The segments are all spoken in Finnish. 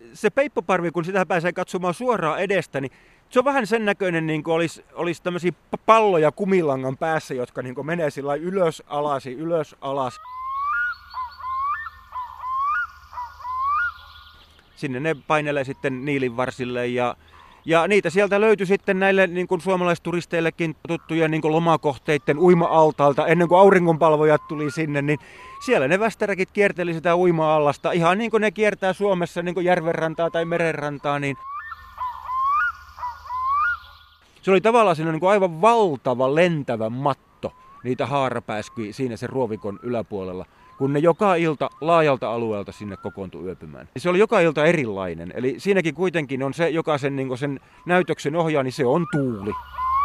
se peippoparvi, kun sitä pääsee katsomaan suoraan edestä, niin se on vähän sen näköinen, niin kuin olisi tämmöisiä palloja kumilangan päässä, jotka niin kuin menee sillä ylös alas. Sinne ne painelee sitten niilinvarsille ja niitä sieltä löytyi sitten näille niin kuin suomalaisturisteillekin tuttuja niin kuin lomakohteiden uima-altaalta. Ennen kuin auringonpalvojat tuli sinne, niin siellä ne västäräkit kierteli sitä uima-allasta. Ihan niin kuin ne kiertää Suomessa niin kuin järvenrantaa tai merenrantaa. Niin se oli tavallaan siinä niin kuin aivan valtava lentävä matto niitä haarapääskyjä siinä sen ruovikon yläpuolella, kun ne joka ilta laajalta alueelta sinne kokoontui yöpymään. Se oli joka ilta erilainen. Eli siinäkin kuitenkin on se, joka sen näytöksen ohjaa, niin se on tuuli.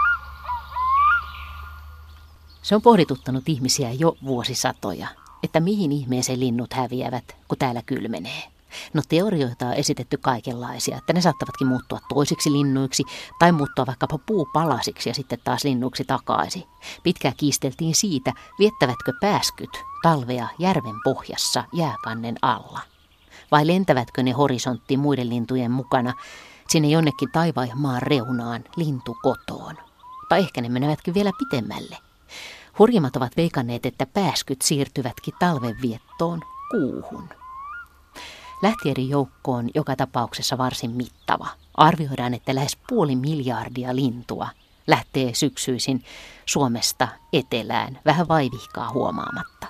Se on pohdituttanut ihmisiä jo vuosisatoja, että mihin ihmeeseen linnut häviävät, kun täällä kylmenee. No teorioita on esitetty kaikenlaisia, että ne saattavatkin muuttua toisiksi linnuiksi tai muuttua vaikkapa puupalasiksi ja sitten taas linnuiksi takaisin. Pitkään kiisteltiin siitä, viettävätkö pääskyt talvea järven pohjassa jääkannen alla. Vai lentävätkö ne horisonttiin muiden lintujen mukana sinne jonnekin taivaan ja maan reunaan lintukotoon. Tai ehkä ne menevätkin vielä pitemmälle. Hurjimmat ovat veikanneet, että pääskyt siirtyvätkin talvenviettoon kuuhun. Lähtijöiden joukko on joka tapauksessa varsin mittava. Arvioidaan, että lähes 500 miljardia lintua lähtee syksyisin Suomesta etelään vähän vaivihkaa huomaamatta.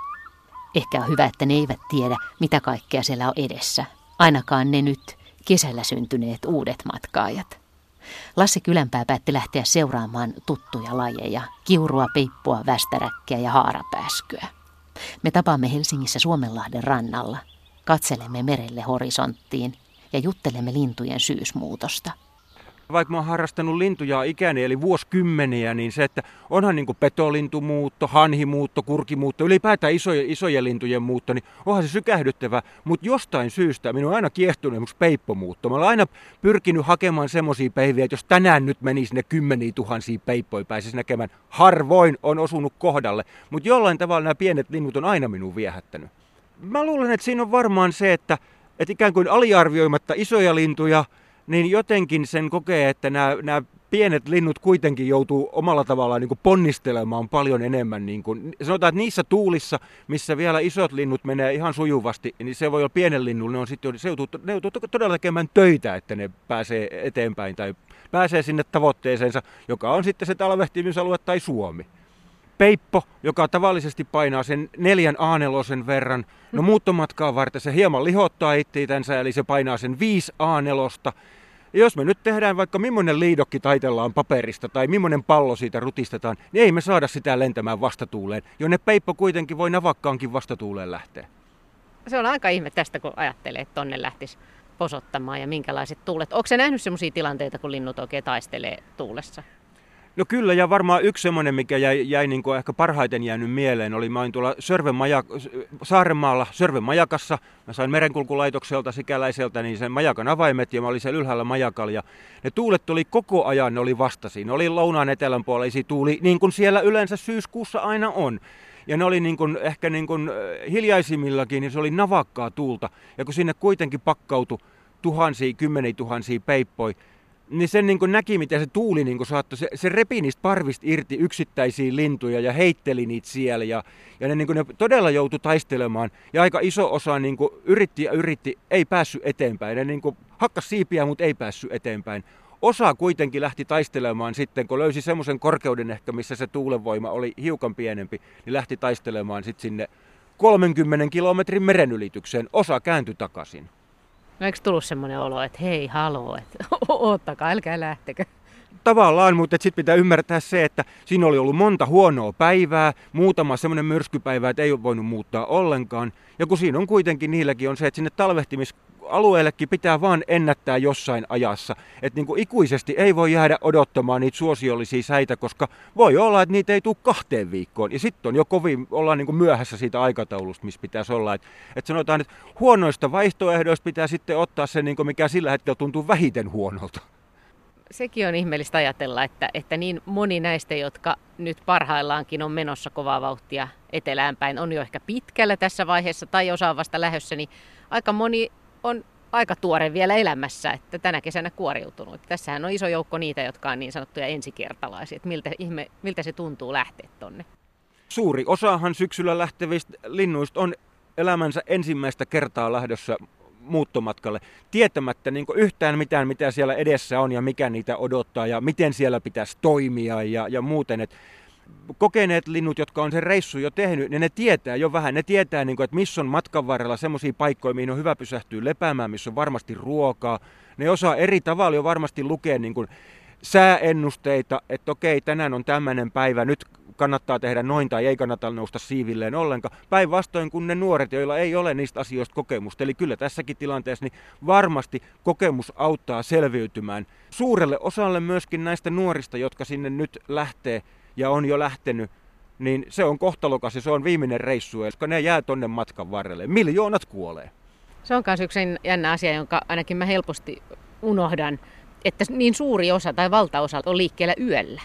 Ehkä on hyvä, että ne eivät tiedä, mitä kaikkea siellä on edessä. Ainakaan ne nyt kesällä syntyneet uudet matkaajat. Lassi Kylänpää päätti lähteä seuraamaan tuttuja lajeja, kiurua, peippua, västäräkkiä ja haarapääskyä. Me tapaamme Helsingissä Suomenlahden rannalla. Katselemme merelle horisonttiin ja juttelemme lintujen syysmuutosta. Vaikka mä oon harrastanut lintuja ikäni, eli vuosikymmeniä, niin se, että onhan niin kuin petolintumuutto, hanhimuutto, kurkimuutto, ylipäätään isojen lintujen muutto, niin onhan se sykähdyttävä. Mutta jostain syystä minun on aina kiehtonut esimerkiksi peippomuutto. Mä olen aina pyrkinyt hakemaan semmoisia päiviä, että jos tänään nyt menisi ne 10 000 peippoja, pääsisi näkemään. Harvoin on osunut kohdalle, mutta jollain tavalla nämä pienet linnut on aina minun viehättänyt. Mä luulen, että siinä on varmaan se, että ikään kuin aliarvioimatta isoja lintuja, niin jotenkin sen kokee, että nämä pienet linnut kuitenkin joutuu omalla tavallaan niin kuin ponnistelemaan paljon enemmän. Niin kuin, sanotaan, että niissä tuulissa, missä vielä isot linnut menee ihan sujuvasti, niin se voi olla pienen linnulla, ne joutuu todella tekemään töitä, että ne pääsee eteenpäin tai pääsee sinne tavoitteeseensa, joka on sitten se talvehtimisalue tai Suomi. Peippo, joka tavallisesti painaa sen 4 A4 verran, no muuttomatkaa varten se hieman lihottaa itseänsä, eli se painaa sen 5 A4. Ja jos me nyt tehdään vaikka millainen liidokki taitellaan paperista tai millainen pallo siitä rutistetaan, niin ei me saada sitä lentämään vastatuuleen, jonne peippo kuitenkin voi navakkaankin vastatuuleen lähteä. Se on aika ihme tästä, kun ajattelee, että tonne lähtisi posottamaan ja minkälaiset tuulet. Onko se nähnyt sellaisia tilanteita, kun linnut oikein taistelee tuulessa? No kyllä, ja varmaan yksi semmoinen, mikä jäi niin kuin ehkä parhaiten jäänyt mieleen, oli mä olin tuolla Saarenmaalla Sörven majakassa. Mä sain merenkulkulaitokselta sikäläiseltä niin sen majakan avaimet ja mä olin siellä ylhäällä majakalla. Ja ne tuulet oli koko ajan, ne oli vastaisia. Ne oli lounaan etelän puoleisia tuuli, niin kuin siellä yleensä syyskuussa aina on. Ja ne oli niin kuin, ehkä niin kuin hiljaisimmillakin, niin se oli navakkaa tuulta. Ja kun sinne kuitenkin pakkautui kymmeniä tuhansia peippoja, niin sen niin kuin näki, miten se tuuli niin kuin saattoi, se repi niistä parvista irti yksittäisiä lintuja ja heitteli niitä siellä. Ja ne, niin kuin ne todella joutui taistelemaan. Ja aika iso osa niin kuin yritti, ei päässyt eteenpäin. Ne niin kuin hakkas siipiä, mutta ei päässyt eteenpäin. Osa kuitenkin lähti taistelemaan sitten, kun löysi semmoisen korkeuden ehkä, missä se tuulenvoima oli hiukan pienempi, niin lähti taistelemaan sitten sinne 30 kilometrin merenylitykseen. Osa kääntyi takaisin. No eikö tullut semmoinen olo, että hei, haloo, että oottakaa, älkää lähtekö? Tavallaan, mutta sitten pitää ymmärtää se, että siinä oli ollut monta huonoa päivää, muutama semmoinen myrskypäivä, että ei ole voinut muuttaa ollenkaan. Ja kun siinä on kuitenkin, niilläkin on se, että sinne talvehtimisalueellekin pitää vaan ennättää jossain ajassa. Että niin kuin ikuisesti ei voi jäädä odottamaan niitä suosiollisia säitä, koska voi olla, että niitä ei tule 2 viikkoon. Ja sitten on jo kovin, ollaan niin kuin myöhässä siitä aikataulusta, missä pitäisi olla. Että sanotaan, että huonoista vaihtoehdoista pitää sitten ottaa se, niin kuin mikä sillä hetkellä tuntuu vähiten huonolta. Sekin on ihmeellistä ajatella, että niin moni näistä, jotka nyt parhaillaankin on menossa kovaa vauhtia etelään päin, on jo ehkä pitkällä tässä vaiheessa tai osa on vasta lähdössä, niin aika moni on aika tuore vielä elämässä, että tänä kesänä kuoriutunut. Tässähän on iso joukko niitä, jotka on niin sanottuja ensikertalaisia. Että miltä se tuntuu lähteä tonne? Suuri osahan syksyllä lähtevistä linnuista on elämänsä ensimmäistä kertaa lähdössä muuttomatkalle, tietämättä niin kuin yhtään mitään, mitä siellä edessä on ja mikä niitä odottaa ja miten siellä pitäisi toimia ja muuten. Et kokeneet linnut, jotka on sen reissun jo tehnyt, niin ne tietää jo vähän. Ne tietää, niin kuin, että missä on matkan varrella semmoisia paikkoja, mihin on hyvä pysähtyä lepäämään, missä on varmasti ruokaa. Ne osaa eri tavalla jo varmasti lukea niin kuin sääennusteita, että okei, tänään on tämmöinen päivä, nyt kannattaa tehdä noin tai ei kannata nousta siivilleen ollenkaan. Päinvastoin kuin ne nuoret, joilla ei ole niistä asioista kokemusta. Eli kyllä tässäkin tilanteessa niin varmasti kokemus auttaa selviytymään. Suurelle osalle myöskin näistä nuorista, jotka sinne nyt lähtee ja on jo lähtenyt, niin se on kohtalokas ja se on viimeinen reissu, koska ne jää tonne matkan varrelle. Miljoonat kuolee. Se on myös yksi jännä asia, jonka ainakin mä helposti unohdan, että niin suuri osa tai valtaosa on liikkeellä yöllä.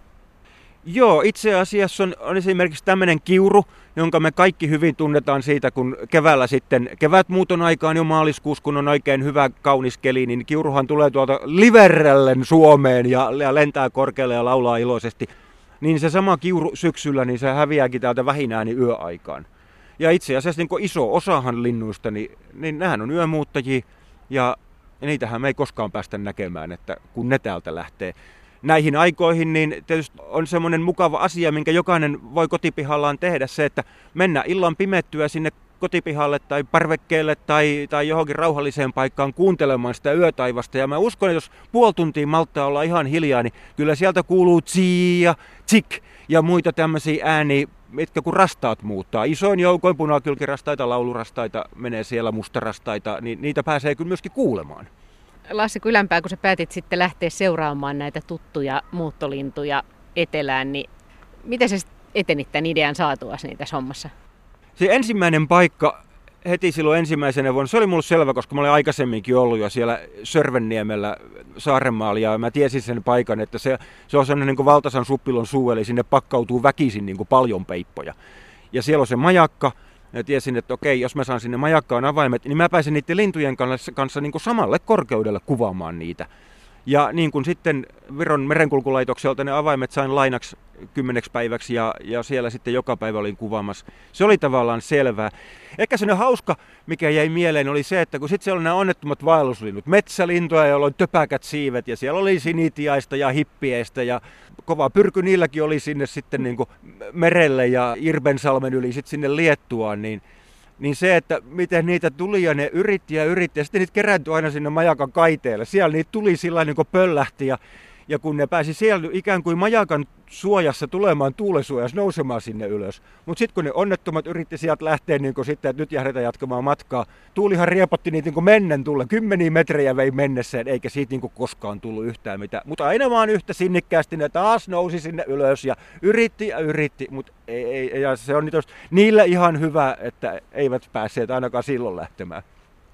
Joo, itse asiassa on esimerkiksi tämmöinen kiuru, jonka me kaikki hyvin tunnetaan siitä, kun keväällä sitten, kevätmuuton aikaan jo maaliskuussa, kun on oikein hyvä kaunis keli, niin kiuruhan tulee tuolta Liverellen Suomeen ja lentää korkealle ja laulaa iloisesti. Niin se sama kiuru syksyllä, niin se häviääkin täältä vähinääni yöaikaan. Ja itse asiassa niin iso osahan linnuista, niin nehän on yömuuttajia ja niitähän me ei koskaan päästä näkemään, että kun ne täältä lähtee. Näihin aikoihin niin tietysti on semmoinen mukava asia, minkä jokainen voi kotipihallaan tehdä, se, että mennä illan pimettyä sinne kotipihalle tai parvekkeelle tai johonkin rauhalliseen paikkaan kuuntelemaan sitä yötaivasta. Ja mä uskon, että jos puoli tuntia malttaa olla ihan hiljaa, niin kyllä sieltä kuuluu tsi ja tsik ja muita tämmöisiä ääniä, mitkä kun rastaat muuttaa. Isoin joukoin punakylkirastaita, laulurastaita, menee siellä mustarastaita, niin niitä pääsee kyllä myöskin kuulemaan. Lassi Kylänpää, kun sä päätit sitten lähteä seuraamaan näitä tuttuja muuttolintuja etelään, niin miten sä etenit tämän idean saatuasi niin tässä hommassa? Se ensimmäinen paikka heti silloin ensimmäisenä vuonna, se oli mulle selvä, koska mä olin aikaisemminkin ollut jo siellä Sörvenniemellä Saarenmaalla ja mä tiesin sen paikan, että se on sellainen niin kuin valtasan suppilon suu, eli sinne pakkautuu väkisin niin kuin paljon peippoja. Ja siellä on se majakka. Ja tiesin, että okei, jos mä saan sinne majakkaan avaimet, niin mä pääsen niiden lintujen kanssa niin kuin samalle korkeudelle kuvaamaan niitä. Ja niin kuin sitten Viron merenkulkulaitokselta ne avaimet sain lainaksi 10 päiväksi ja siellä sitten joka päivä olin kuvaamassa. Se oli tavallaan selvää. Ehkä sellainen hauska, mikä jäi mieleen, oli se, että kun sitten siellä oli nämä onnettomat vaelluslinnut, metsälintuja, joilla oli töpäkät siivet ja siellä oli sinitiaista ja hippieistä ja kova pyrky niilläkin oli sinne sitten niin kuin merelle ja Irbensalmen yli sitten sinne Liettuaan, niin se, että miten niitä tuli ja ne yritti ja sitten niitä kerääntyi aina sinne majakan kaiteelle. Siellä niitä tuli sillä niin kuin pöllähti ja kun ne pääsi siellä ikään kuin majakan suojassa tulemaan tuulensuojassa nousemaan sinne ylös. Mutta sitten kun ne onnettomat yritti sieltä lähteä niin kuin sitten, että nyt lähdetään jatkamaan matkaa, tuulihan riepotti niitä niin kuin mennen tulla. 10 metriä vei mennessään, eikä siitä niin kuin koskaan tullut yhtään mitään. Mutta aina vaan yhtä sinnikkäästi ne taas nousi sinne ylös ja yritti, mutta ei, ja se on niillä ihan hyvä, että eivät päässeet ainakaan silloin lähtemään.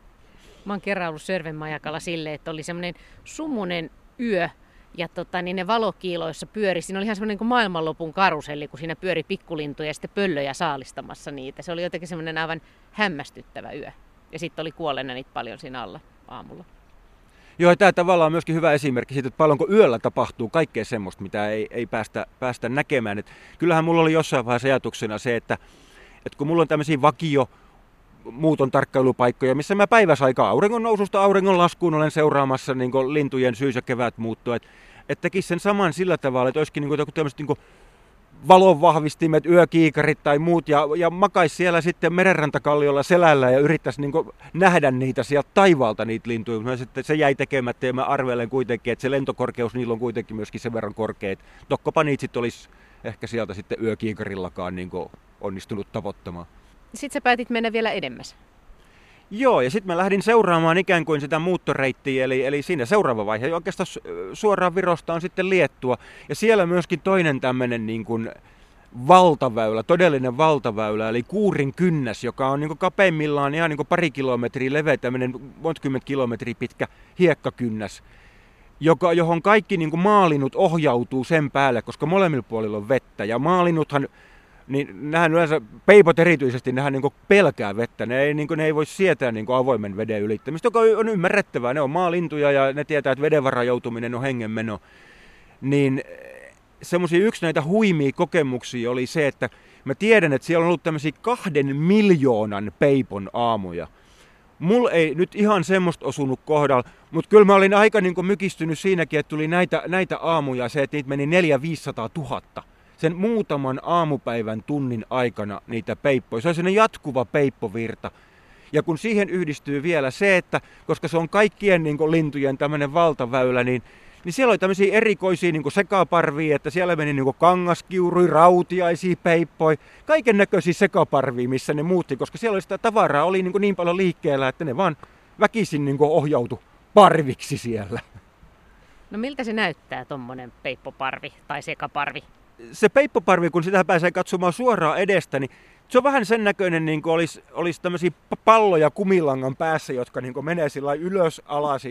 Mä oon kerran ollut Sörvenmajakalla silleen, että oli semmoinen sumunen yö, ja niin ne valokiiloissa pyöri. Siinä oli ihan semmoinen niin kuin maailmanlopun karuselli, kun siinä pyöri pikkulintuja ja sitten pöllöjä saalistamassa niitä. Se oli jotenkin semmoinen aivan hämmästyttävä yö. Ja sitten oli kuolleena niitä paljon siinä alla aamulla. Joo, tämä tavallaan on myöskin hyvä esimerkki siitä, että paljonko yöllä tapahtuu kaikkea semmoista, mitä ei päästä näkemään. Et kyllähän mulla oli jossain vaiheessa ajatuksena se, että kun mulla on tämmöisiä muuton tarkkailupaikkoja, missä mä päiväsaikaa auringon noususta auringon laskuun olen seuraamassa niin kuin lintujen syys- ja kevätmuuttoa. Että tekisi sen saman sillä tavalla, että olisikin niin kuin tämmöiset niin valonvahvistimet, yökiikarit tai muut ja makaisi siellä sitten merenrantakalliolla selällä ja yrittäisi niin kuin nähdä niitä sieltä taivaalta niitä lintuja. Se jäi tekemättä ja mä arvelen kuitenkin, että se lentokorkeus niillä on kuitenkin myöskin sen verran korkea. Tokkopa niitä sitten olisi ehkä sieltä sitten yökiikarillakaan niin kuin onnistunut tavoittamaan. Sitten sä päätit mennä vielä edemmäs. Joo, ja sitten mä lähdin seuraamaan ikään kuin sitä muuttoreittiä, eli siinä seuraava vaihe oikeastaan suoraan Virosta on sitten Liettua. Ja siellä myöskin toinen tämmöinen niin kuin valtaväylä, todellinen valtaväylä, eli Kuurin kynnäs, joka on niin kuin kapeimmillaan ihan niin kuin 2 kilometriä leveä, tämmöinen 30 kilometriä pitkä hiekkakynnäs, johon kaikki niin kuin maalinut ohjautuu sen päälle, koska molemmilla puolilla on vettä. Ja maalinuthan niin nehän yleensä, peipot erityisesti, nehän niin pelkää vettä. Ne ei voi sietää niin avoimen veden ylittämistä, joka on ymmärrettävää. Ne on maalintuja ja ne tietää, että vedenvaraan joutuminen on hengenmeno. Niin semmoisia yksi näitä huimia kokemuksia oli se, että mä tiedän, että siellä on ollut tämmöisiä 2 miljoonan peipon aamuja. Mulla ei nyt ihan semmoista osunut kohdalla, mutta kyllä mä olin aika niin mykistynyt siinäkin, että tuli näitä aamuja se, että niitä meni 400 000-500 000. Sen muutaman aamupäivän tunnin aikana niitä peippoja. Se on sellainen jatkuva peippovirta. Ja kun siihen yhdistyy vielä se, että koska se on kaikkien niin lintujen tämmöinen valtaväylä, niin siellä oli tämmöisiä erikoisia niin sekaparvia, että siellä meni niin kangaskiurui, rautiaisia, peippoi, kaiken näköisiä sekaparvia, missä ne muutti, koska siellä oli sitä tavaraa, oli niin paljon liikkeellä, että ne vaan väkisin niin ohjautui parviksi siellä. No miltä se näyttää, tommonen peippoparvi tai sekaparvi? Se peippoparvi, kun sitä pääsee katsomaan suoraan edestä, niin se on vähän sen näköinen, niin kuin olisi tämmöisiä palloja kumilangan päässä, jotka niin menee sillä ylös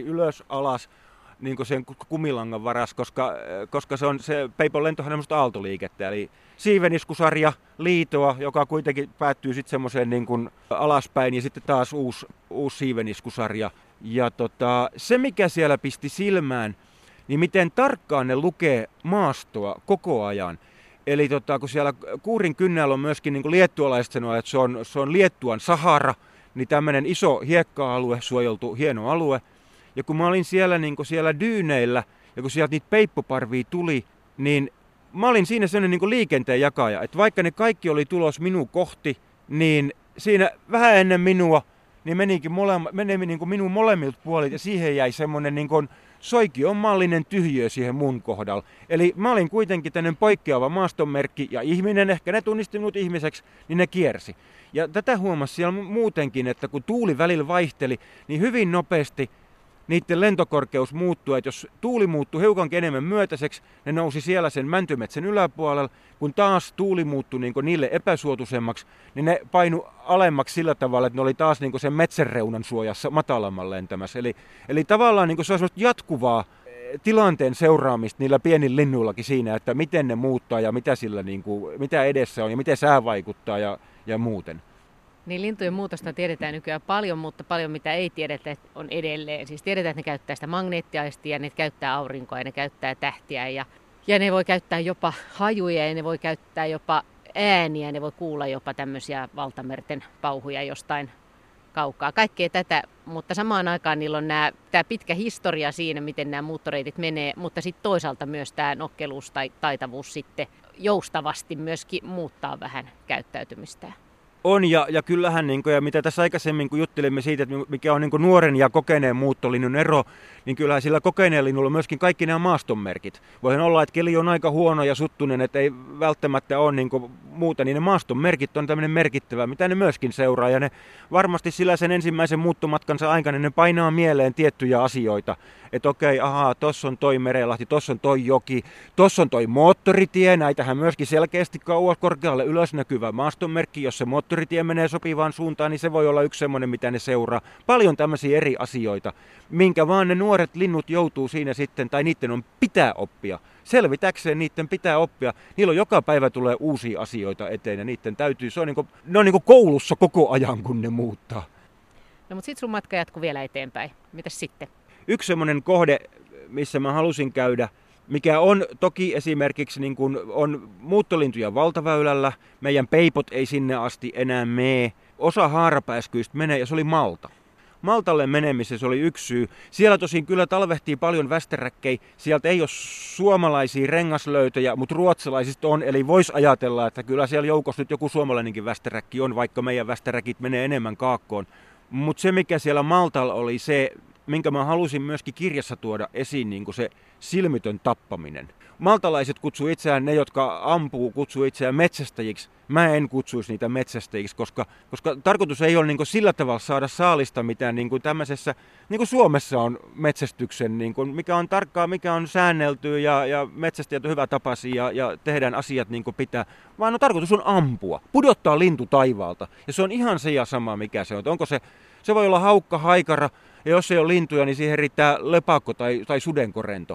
alas, niin kuin sen kumilangan varas, koska se peipon lentohan on aaltoliikettä, eli siiveniskusarja, liitoa, joka kuitenkin päättyy sitten semmoiseen niin kuin alaspäin, ja sitten taas uusi siiveniskusarja. Ja se, mikä siellä pisti silmään, niin miten tarkkaan ne lukee maastoa koko ajan. Eli kun siellä kuurin kynnällä on myöskin, niin kuin liettualaiset sanoo, että se on Liettuan Sahara, niin tämmöinen iso hiekka-alue, suojeltu hieno alue. Ja kun mä olin siellä, niin siellä dyyneillä, ja kun sieltä niitä peippoparvia tuli, niin mä olin siinä sellainen niin liikenteen jakaja. Että vaikka ne kaikki oli tulos minua kohti, niin siinä vähän ennen minua, niin meni niin kuin minun molemmilta puolilta, ja siihen jäi semmoinen niin kuin soikionmallinen tyhjiö siihen mun kohdalla. Eli mä olin kuitenkin tämmöinen poikkeava maastonmerkki, ja ihminen, ehkä ne tunnisti minut ihmiseksi, niin ne kiersi. Ja tätä huomasi siellä muutenkin, että kun tuuli välillä vaihteli, niin hyvin nopeasti niiden lentokorkeus muuttui, että jos tuuli muuttui hiukankin enemmän myötäiseksi, ne nousi siellä sen mäntymetsän yläpuolella, kun taas tuuli muuttui niin niille epäsuotuisemmaksi, niin ne painu alemmaksi sillä tavalla, että ne oli taas niin sen metsänreunan suojassa matalamman lentämässä. Eli tavallaan niin se on jatkuvaa tilanteen seuraamista niillä pienillä linnuillakin siinä, että miten ne muuttaa ja mitä, sillä mitä edessä on ja miten sää vaikuttaa ja muuten. Niin lintujen muutosta tiedetään nykyään paljon, mutta paljon mitä ei tiedetä on edelleen. Siis tiedetään, että ne käyttää sitä magneettiaistia, ne käyttää aurinkoa ja ne käyttää tähtiä ja ne voi käyttää jopa hajuja ja ne voi käyttää jopa ääniä. Ne voi kuulla jopa tämmöisiä valtamerten pauhuja jostain kaukaa. Kaikkea tätä, mutta samaan aikaan niillä on tämä pitkä historia siinä, miten nämä muuttoreitit menee, mutta sitten toisaalta myös tämä nokkeluus tai taitavuus sitten joustavasti myöskin muuttaa vähän käyttäytymistään. On, ja kyllähän, ja mitä tässä aikaisemmin kun juttelimme siitä, että mikä on nuoren ja kokeneen muuttolinnun ero, niin kyllähän sillä kokeneen linnulla on myöskin kaikki nämä maastonmerkit. Voihan olla, että keli on aika huono ja suttunen, että ei välttämättä ole muuta, niin ne maastonmerkit on tämmöinen merkittävä, mitä ne myöskin seuraa. Ja ne varmasti sillä sen ensimmäisen muuttomatkansa aikana ne painaa mieleen tiettyjä asioita. Että okei, tossa on toi Merelahti, tossa on toi joki, tossa on toi moottoritie, näitähän myöskin selkeästi kauas korkealle ylös näkyvä maastonmerkki, jos se moottoritie menee sopivaan suuntaan, niin se voi olla yksi semmoinen, mitä ne seuraa. Paljon tämmöisiä eri asioita, minkä vaan ne nuoret linnut joutuu siinä sitten, tai niiden pitää oppia. Selvitäkseen niiden pitää oppia. Niillä on joka päivä tulee uusia asioita eteen ja niiden täytyy, ne on niin kuin koulussa koko ajan, kun ne muuttaa. No mutta sitten sun matka jatkuu vielä eteenpäin. Mitäs sitten? Yksi semmoinen kohde, missä mä halusin käydä, mikä on toki esimerkiksi niin kuin on muuttolintuja valtaväylällä, meidän peipot ei sinne asti enää mene, osa haarapääskyistä menee ja se oli Malta. Maltalle menemisessä oli yksi syy. Siellä tosin kyllä talvehtii paljon västeräkkejä, sieltä ei ole suomalaisia rengaslöytöjä, mutta ruotsalaisista on, eli voisi ajatella, että kyllä siellä joukossa nyt joku suomalainenkin västeräkki on, vaikka meidän västeräkit menee enemmän kaakkoon. Mutta se mikä siellä Maltalla oli se, minkä mä halusin myöskin kirjassa tuoda esiin, niin kuin se silmitön tappaminen. Maltalaiset kutsuu itseään, ne jotka ampuu, kutsuu itseään metsästäjiksi. Mä en kutsuisi niitä metsästäjiksi, koska tarkoitus ei ole niin kuin sillä tavalla saada saalista mitään niin kuin tämmöisessä, niin kuin Suomessa on metsästyksen, niin kuin mikä on tarkkaa, mikä on säänneltyä ja metsästäjät on hyvätapaisia ja tehdään asiat niin kuin pitää. Vaan tarkoitus on ampua, pudottaa lintu taivaalta. Ja se on ihan se ja sama mikä se on. Onko se voi olla haukka, haikara ja jos ei ole lintuja, niin siihen riittää lepakko tai sudenkorento.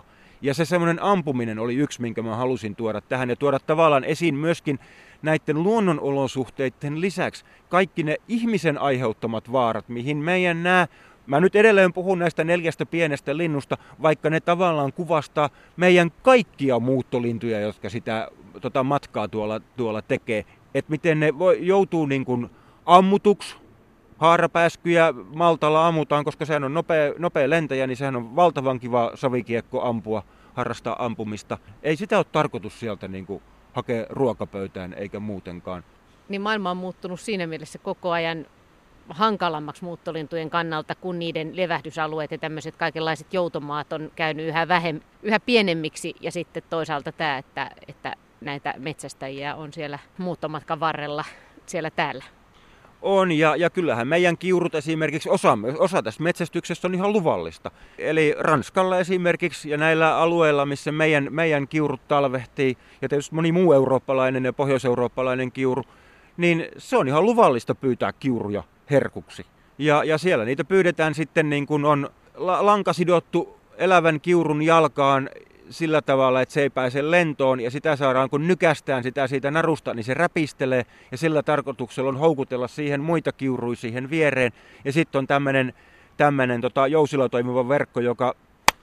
Ja se semmoinen ampuminen oli yksi, minkä mä halusin tuoda tähän ja tuoda tavallaan esiin myöskin näiden luonnonolosuhteiden lisäksi kaikki ne ihmisen aiheuttamat vaarat, mihin meidän mä nyt edelleen puhun näistä 4 pienestä linnusta, vaikka ne tavallaan kuvastaa meidän kaikkia muuttolintuja, jotka sitä matkaa tuolla tekee. Että miten ne joutuu niin kuin ammutuksi. Haarapääskyjä Maltalla ammutaan, koska sehän on nopea lentäjä, niin sehän on valtavan kiva savikiekko ampua, harrastaa ampumista. Ei sitä ole tarkoitus sieltä niin kuin hakea ruokapöytään eikä muutenkaan. Niin maailma on muuttunut siinä mielessä koko ajan hankalammaksi muuttolintujen kannalta, kun niiden levähdysalueet ja tämmöiset kaikenlaiset joutomaat on käynyt yhä pienemmiksi. Ja sitten toisaalta tämä, että näitä metsästäjiä on siellä muuttomatkan varrella siellä täällä. On, ja kyllähän meidän kiurut esimerkiksi, osa tästä metsästyksestä on ihan luvallista. Eli Ranskalla esimerkiksi ja näillä alueilla, missä meidän kiurut talvehtii, ja tietysti moni muu eurooppalainen ja pohjoiseurooppalainen kiuru, niin se on ihan luvallista pyytää kiuruja herkuksi. Ja siellä niitä pyydetään sitten niin kuin on lanka sidottu elävän kiurun jalkaan sillä tavalla, että se ei pääse lentoon ja sitä saadaan, kun nykästään sitä siitä narusta, niin se räpistelee ja sillä tarkoituksella on houkutella siihen muita kiuruja siihen viereen. Ja sitten on tämmöinen jousilla toimiva verkko, joka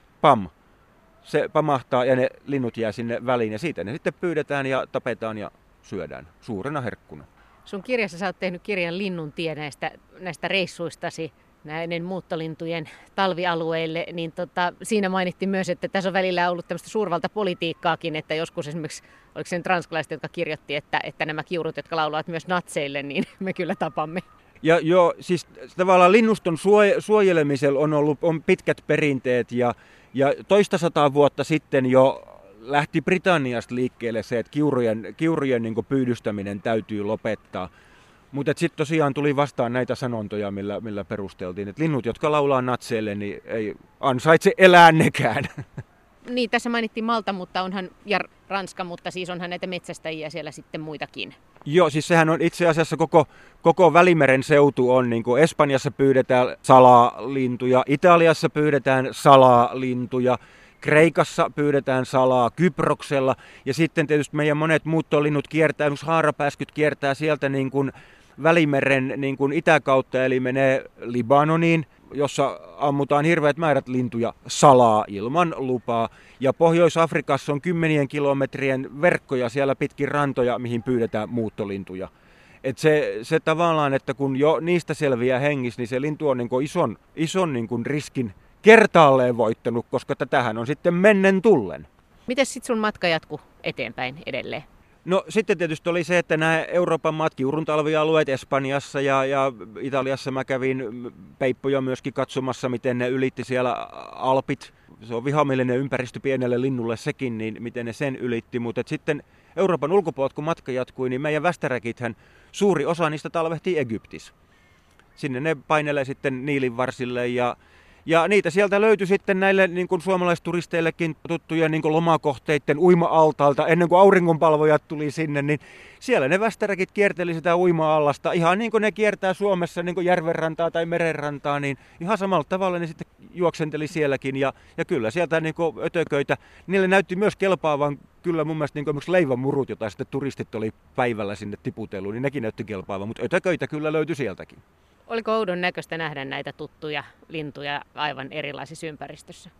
se pamahtaa ja ne linnut jää sinne väliin ja siitä ne sitten pyydetään ja tapetaan ja syödään suurena herkkuna. Sun kirjassa sä oot tehnyt kirjan Linnun tie näistä reissuistasi näiden muuttolintujen talvialueille, niin siinä mainittiin myös, että tässä on välillä ollut tämmöistä suurvaltapolitiikkaakin, että joskus esimerkiksi, oliko se nyt ranskalaiset, jotka kirjoitti, että nämä kiurut, jotka laulavat myös natseille, niin me kyllä tapamme. Ja joo, siis tavallaan linnuston suojelemisella on pitkät perinteet ja toista 100 vuotta sitten jo lähti Britanniasta liikkeelle se, että kiurujen niin kuin pyydystäminen täytyy lopettaa. Mutta sitten tosiaan tuli vastaan näitä sanontoja, millä perusteltiin, että linnut, jotka laulaa natseille, niin ei ansaitse elää nekään. Niin, tässä mainittiin Malta, mutta ja Ranska, mutta siis onhan näitä metsästäjiä siellä sitten muitakin. Joo, siis sehän on itse asiassa koko Välimeren seutu on, niin kuin Espanjassa pyydetään salalintuja, Italiassa pyydetään salalintuja, Kreikassa pyydetään salaa, Kyproksella ja sitten tietysti meidän monet muuttolinnut kiertää, esimerkiksi haarapääskyt kiertää sieltä niin kuin Välimeren niin kuin itäkautta, eli menee Libanoniin, jossa ammutaan hirveät määrät lintuja salaa ilman lupaa. Ja Pohjois-Afrikassa on 10 kilometrien verkkoja siellä pitkin rantoja, mihin pyydetään muuttolintuja. Et se tavallaan, että kun jo niistä selviää hengissä, niin se lintu on niin kuin ison niin kuin riskin kertaalleen voittanut, koska tätähän on sitten mennen tullen. Miten sitten sun matka jatkuu eteenpäin edelleen? No sitten tietysti oli se, että nämä Euroopan maat, kiurun talvialueet Espanjassa ja Italiassa mä kävin peippoja myöskin katsomassa, miten ne ylitti siellä Alpit. Se on vihamielinen ympäristö pienelle linnulle sekin, niin miten ne sen ylitti. Mutta sitten Euroopan ulkopuolelta, kun matka jatkui, niin meidän västäräkithän suuri osa niistä talvehtii Egyptissä. Sinne ne painelee sitten Niilin varsille ja niitä sieltä löytyi sitten näille niin kuin suomalaisturisteillekin tuttujen niin kuin lomakohteiden uima-altailta. Ennen kuin auringonpalvojat tuli sinne, niin siellä ne västäräkit kierteli sitä uima-allasta. Ihan niin kuin ne kiertää Suomessa niin kuin järvenrantaa tai merenrantaa, niin ihan samalla tavalla ne sitten juoksenteli sielläkin. Ja kyllä sieltä niin kuin ötököitä, niille näytti myös kelpaavan kyllä mun mielestä niin kuin esimerkiksi leivänmurut, jota sitten turistit oli päivällä sinne tiputellut, niin nekin näytti kelpaavan, mutta ötököitä kyllä löytyi sieltäkin. Oliko oudon näköistä nähdä näitä tuttuja lintuja aivan erilaisissa ympäristössä?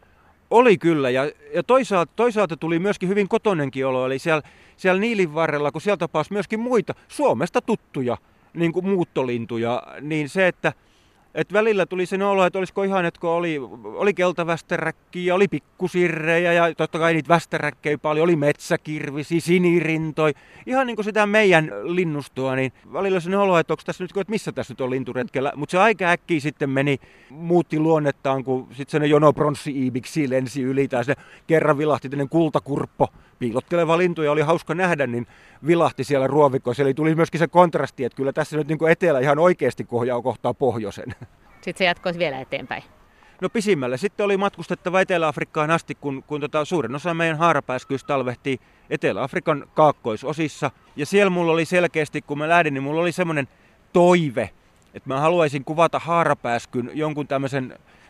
Oli kyllä, ja toisaalta tuli myöskin hyvin kotonenkin olo, eli siellä Niilin varrella, kun siellä tapasi myöskin muita Suomesta tuttuja niin kuin muuttolintuja, niin se, että välillä tuli sen olo, että olisiko ihan, että kun oli keltavästäräkkiä, oli pikkusirrejä ja totta kai niitä västäräkkejä paljon, oli metsäkirvisi, sinirintoi, ihan niin kuin sitä meidän linnustoa, niin välillä sen olo, että onko tässä nyt, että missä tässä nyt on linturetkellä, mutta se aika äkkiä sitten muutti luonnettaan, kun sitten se jonopronssi-iibiksi lensi yli tai se kerran vilahti tämmöinen kultakurppo, piilotteleva lintu ja oli hauska nähdä, niin vilahti siellä ruovikossa. Eli tuli myöskin se kontrasti, että kyllä tässä nyt niin kuin etelä ihan oikeasti kohtaa pohjoisen. Sitten se jatkoisi vielä eteenpäin. No pisimmälle. Sitten oli matkustettava Etelä-Afrikkaan asti, kun suurin osa meidän haarapääskyistä talvehtii Etelä-Afrikan kaakkoisosissa. Ja siellä mulla oli selkeästi, kun mä lähdin, niin mulla oli semmoinen toive, että mä haluaisin kuvata haarapääskyn jonkun tämmöisen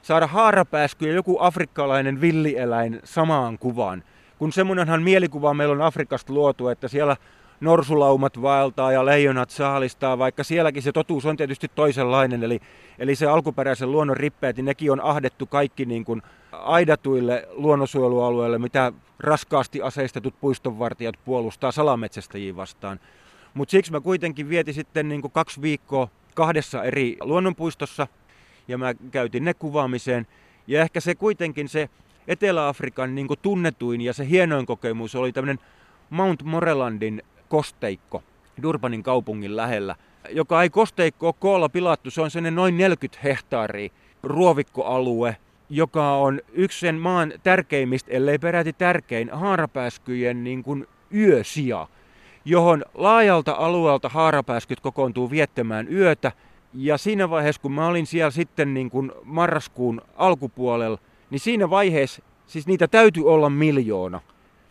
saada haarapääsky ja joku afrikkalainen villieläin samaan kuvaan. Kun semmoinenhan mielikuva meillä on Afrikasta luotu, että siellä norsulaumat vaeltaa ja leijonat saalistaa, vaikka sielläkin se totuus on tietysti toisenlainen. Eli se alkuperäisen luonnon rippeet, niin nekin on ahdettu kaikki niin kuin aidatuille luonnonsuojelualueille, mitä raskaasti aseistetut puistonvartijat puolustaa salametsästäjiä vastaan. Mutta siksi mä kuitenkin vietin sitten niin kuin 2 viikkoa 2 eri luonnonpuistossa ja mä käytin ne kuvaamiseen. Ja ehkä se kuitenkin se Etelä-Afrikan niin kuin tunnetuin ja se hienoin kokemus oli tämmöinen Mount Morelandin kosteikko Durbanin kaupungin lähellä, joka ei kosteikko ole koolla pilattu. Se on sellainen noin 40 hehtaaria ruovikkoalue, joka on yksi sen maan tärkeimmistä, ellei peräti tärkein, haarapääskyjen niin kuin yösija, johon laajalta alueelta haarapääskyt kokoontuu viettämään yötä. Ja siinä vaiheessa, kun mä olin siellä sitten niin kuin marraskuun alkupuolella, niin siinä vaiheessa, siis niitä täytyy olla 1 miljoona.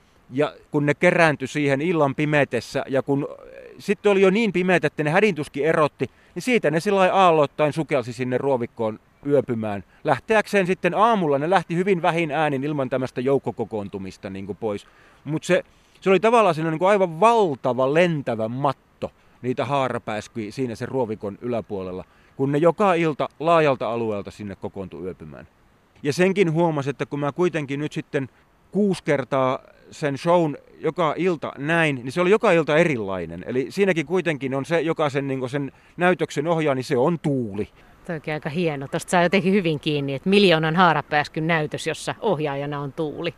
Ja kun ne kerääntyi siihen illan pimetessä, ja kun sitten oli jo niin pimeät, että ne hädintuskin erotti, niin siitä ne sillä lailla aalloittain sukelsi sinne ruovikkoon yöpymään. Lähteäkseen sitten aamulla, ne lähti hyvin vähin äänin ilman tämmöistä joukkokokoontumista niin kuin pois. Mutta se oli tavallaan siinä niin kuin aivan valtava lentävä matto niitä haarapääskyjä siinä sen ruovikon yläpuolella, kun ne joka ilta laajalta alueelta sinne kokoontui yöpymään. Ja senkin huomasi, että kun mä kuitenkin nyt sitten 6 kertaa sen shown joka ilta näin, niin se oli joka ilta erilainen. Eli siinäkin kuitenkin on se, joka sen näytöksen ohjaa, niin se on tuuli. Tämä onkin aika hieno. Tuosta saa jotenkin hyvin kiinni, että 1 miljoonan haarapääskyn näytös, jossa ohjaajana on tuuli.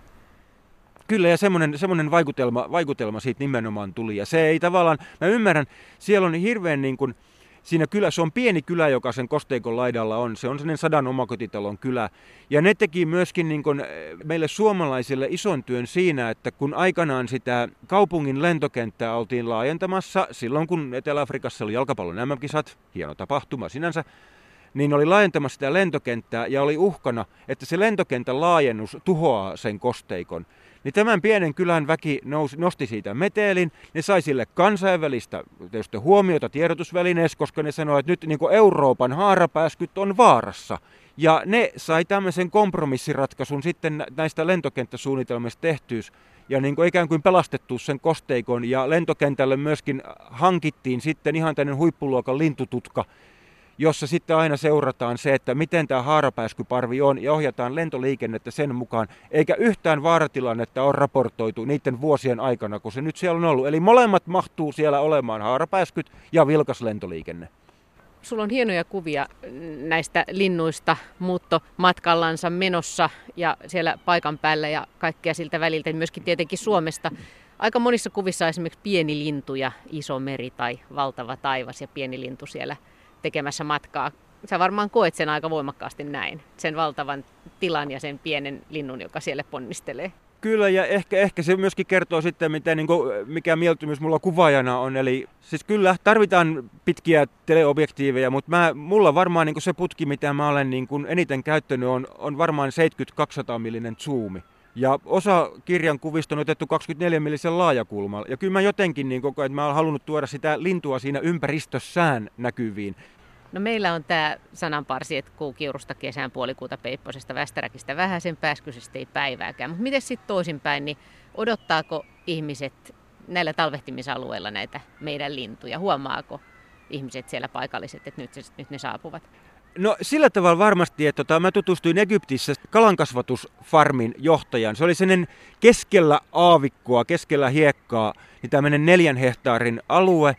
Kyllä, ja semmoinen vaikutelma siitä nimenomaan tuli. Ja se ei tavallaan, mä ymmärrän, siellä on hirveän niin kuin, siinä kylässä, se on pieni kylä, joka sen kosteikon laidalla on. Se on sellainen 100 omakotitalon kylä. Ja ne teki myöskin niin kuin meille suomalaisille ison työn siinä, että kun aikanaan sitä kaupungin lentokenttää oltiin laajentamassa, silloin kun Etelä-Afrikassa oli jalkapallon MM-kisat, hieno tapahtuma sinänsä, niin oli laajentamassa sitä lentokenttää ja oli uhkana, että se lentokentän laajennus tuhoaa sen kosteikon. Niin tämän pienen kylän väki nosti siitä metelin, ne sai sille kansainvälistä huomiota tiedotusvälineessä, koska ne sanoi, että nyt niin kuin Euroopan haarapääskyt on vaarassa. Ja ne sai tämmöisen kompromissiratkaisun sitten näistä lentokenttäsuunnitelmista tehtyys ja niin kuin ikään kuin pelastettu sen kosteikon ja lentokentälle myöskin hankittiin sitten ihan tämmöinen huippuluokan lintututka, jossa sitten aina seurataan se, että miten tämä haarapääskyparvi on ja ohjataan lentoliikennettä sen mukaan, eikä yhtään vaaratilannetta ole raportoitu niiden vuosien aikana, kun se nyt siellä on ollut. Eli molemmat mahtuu siellä olemaan, haarapääskyt ja vilkas lentoliikenne. Sulla on hienoja kuvia näistä linnuista muuttomatkallansa menossa ja siellä paikan päällä ja kaikkea siltä väliltä, myöskin tietenkin Suomesta. Aika monissa kuvissa on esimerkiksi pieni lintu ja iso meri tai valtava taivas ja pieni lintu siellä tekemässä matkaa. Sä varmaan koet sen aika voimakkaasti näin, sen valtavan tilan ja sen pienen linnun, joka siellä ponnistelee. Kyllä, ja ehkä se myöskin kertoo sitten, mikä mieltymys mulla kuvaajana on. Eli siis kyllä tarvitaan pitkiä teleobjektiiveja, mutta mulla varmaan niin se putki, mitä mä olen niin eniten käyttänyt, on varmaan 70-200 millinen zoomi. Ja osa kirjan kuvista on otettu 24 millisen laajakulmalla. Ja kyllä mä jotenkin niin koko ajan, että mä olen halunnut tuoda sitä lintua siinä ympäristössään näkyviin. No meillä on tämä sananparsi, että kuukiurusta kesään, puolikuuta peipposesta, västäräkistä vähäsen, pääskyisestä ei päivääkään. Mutta miten sitten toisinpäin, niin odottaako ihmiset näillä talvehtimisalueilla näitä meidän lintuja? Huomaako ihmiset siellä paikalliset, että nyt ne saapuvat? No sillä tavalla varmasti, että mä tutustuin Egyptissä kalankasvatusfarmin johtajan. Se oli sellainen keskellä aavikkoa, keskellä hiekkaa, niin tämmöinen 4 hehtaarin alue.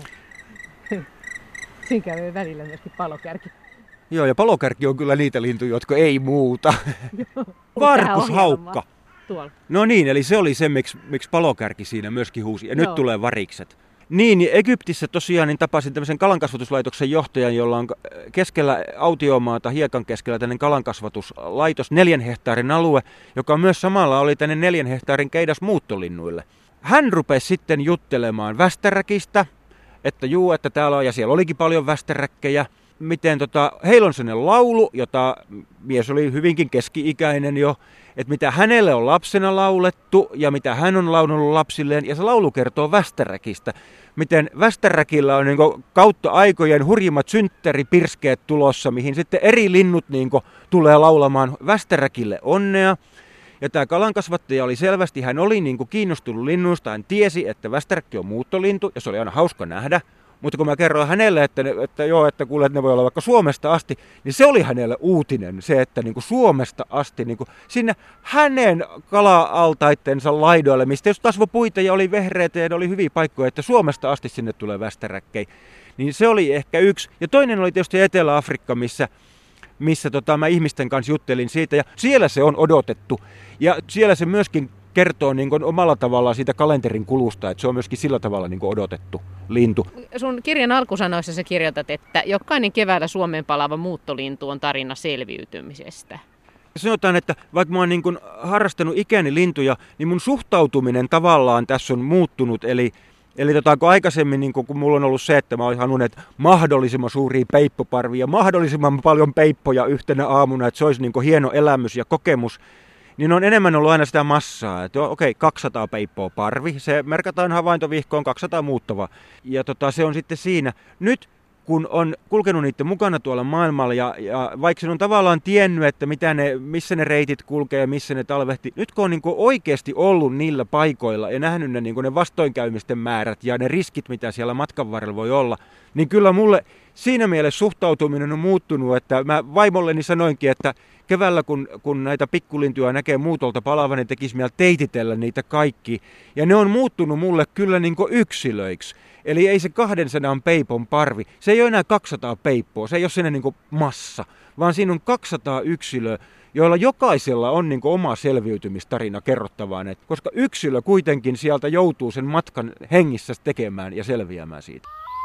Siinä käy välillä myöskin palokärki. Joo, ja palokärki on kyllä niitä lintuja, jotka ei muuta. Varpushaukka. No niin, eli se oli se, miksi palokärki siinä myöskin huusi. Ja nyt tulee varikset. Niin, Egyptissä tosiaan niin tapasin tämmöisen kalankasvatuslaitoksen johtajan, jolla on keskellä autiomaata, hiekan keskellä tämmöinen kalankasvatuslaitos, 4 hehtaarin alue, joka myös samalla oli tänne 4 hehtaarin keidas muuttolinnuille. Hän rupesi sitten juttelemaan västäräkistä, että täällä on, ja siellä olikin paljon västäräkkejä, miten heillä on sellainen laulu, jota mies oli hyvinkin keski-ikäinen jo, että mitä hänelle on lapsena laulettu ja mitä hän on laulunut lapsilleen. Ja se laulu kertoo Västäräkistä, miten Västäräkillä on niin kautta aikojen hurjimmat synttäripirskeet tulossa, mihin sitten eri linnut niin tulee laulamaan Västäräkille onnea. Ja tämä kalankasvattaja oli selvästi, hän oli niin kiinnostunut linnuista, hän tiesi, että västäräkki on muuttolintu ja se oli aina hauska nähdä. Mutta kun mä kerroin hänelle, että kuulee, että ne voi olla vaikka Suomesta asti, niin se oli hänelle uutinen, se, että niin kuin Suomesta asti niin kuin sinne hänen kala-altaittensa laidoille, mistä jos kasvoi puita ja oli vehreitä ja ne oli hyviä paikkoja, että Suomesta asti sinne tulee västäräkkejä. Niin se oli ehkä yksi. Ja toinen oli tietysti Etelä-Afrikka, missä mä ihmisten kanssa juttelin siitä, ja siellä se on odotettu. Ja siellä se myöskin kertoo niin kuin omalla tavallaan siitä kalenterin kulusta, että se on myöskin sillä tavalla niin kuin odotettu lintu. Sun kirjan alkusanoissa sä kirjoitat, että jokainen keväällä Suomeen palaava muuttolintu on tarina selviytymisestä. Sanotaan, että vaikka mä oon niin kuin harrastanut ikäni lintuja, niin mun suhtautuminen tavallaan tässä on muuttunut. Eli kun aikaisemmin, niin kun mulla on ollut se, että mä oon halunnut mahdollisimman suuria peippoparvia ja mahdollisimman paljon peippoja yhtenä aamuna, että se olisi niin kuin hieno elämys ja kokemus, niin on enemmän ollut aina sitä massaa, että okei, 200 peippoa parvi, se merkataan havaintovihkoon 200 muuttava. Ja se on sitten siinä. Nyt kun on kulkenut niiden mukana tuolla maailmalla ja vaikka sen on tavallaan tiennyt, että missä ne reitit kulkee ja missä ne talvehti, nyt kun on niin kuin oikeasti ollut niillä paikoilla ja nähnyt ne vastoinkäymisten määrät ja ne riskit, mitä siellä matkan varrella voi olla, niin kyllä mulle siinä mielessä suhtautuminen on muuttunut, että mä vaimolleni sanoinkin, että keväällä kun näitä pikkulintuja näkee muutolta palaavan, niin tekisi mieltä teititellä niitä kaikki. Ja ne on muuttunut mulle kyllä niin kuin yksilöiksi. Eli ei se 200 peipon parvi, se ei ole enää 200 peippoa, se ei ole siinä niin kuin massa, vaan siinä on 200 yksilöä, joilla jokaisella on niin kuin oma selviytymistarina kerrottavaan, koska yksilö kuitenkin sieltä joutuu sen matkan hengissä tekemään ja selviämään siitä.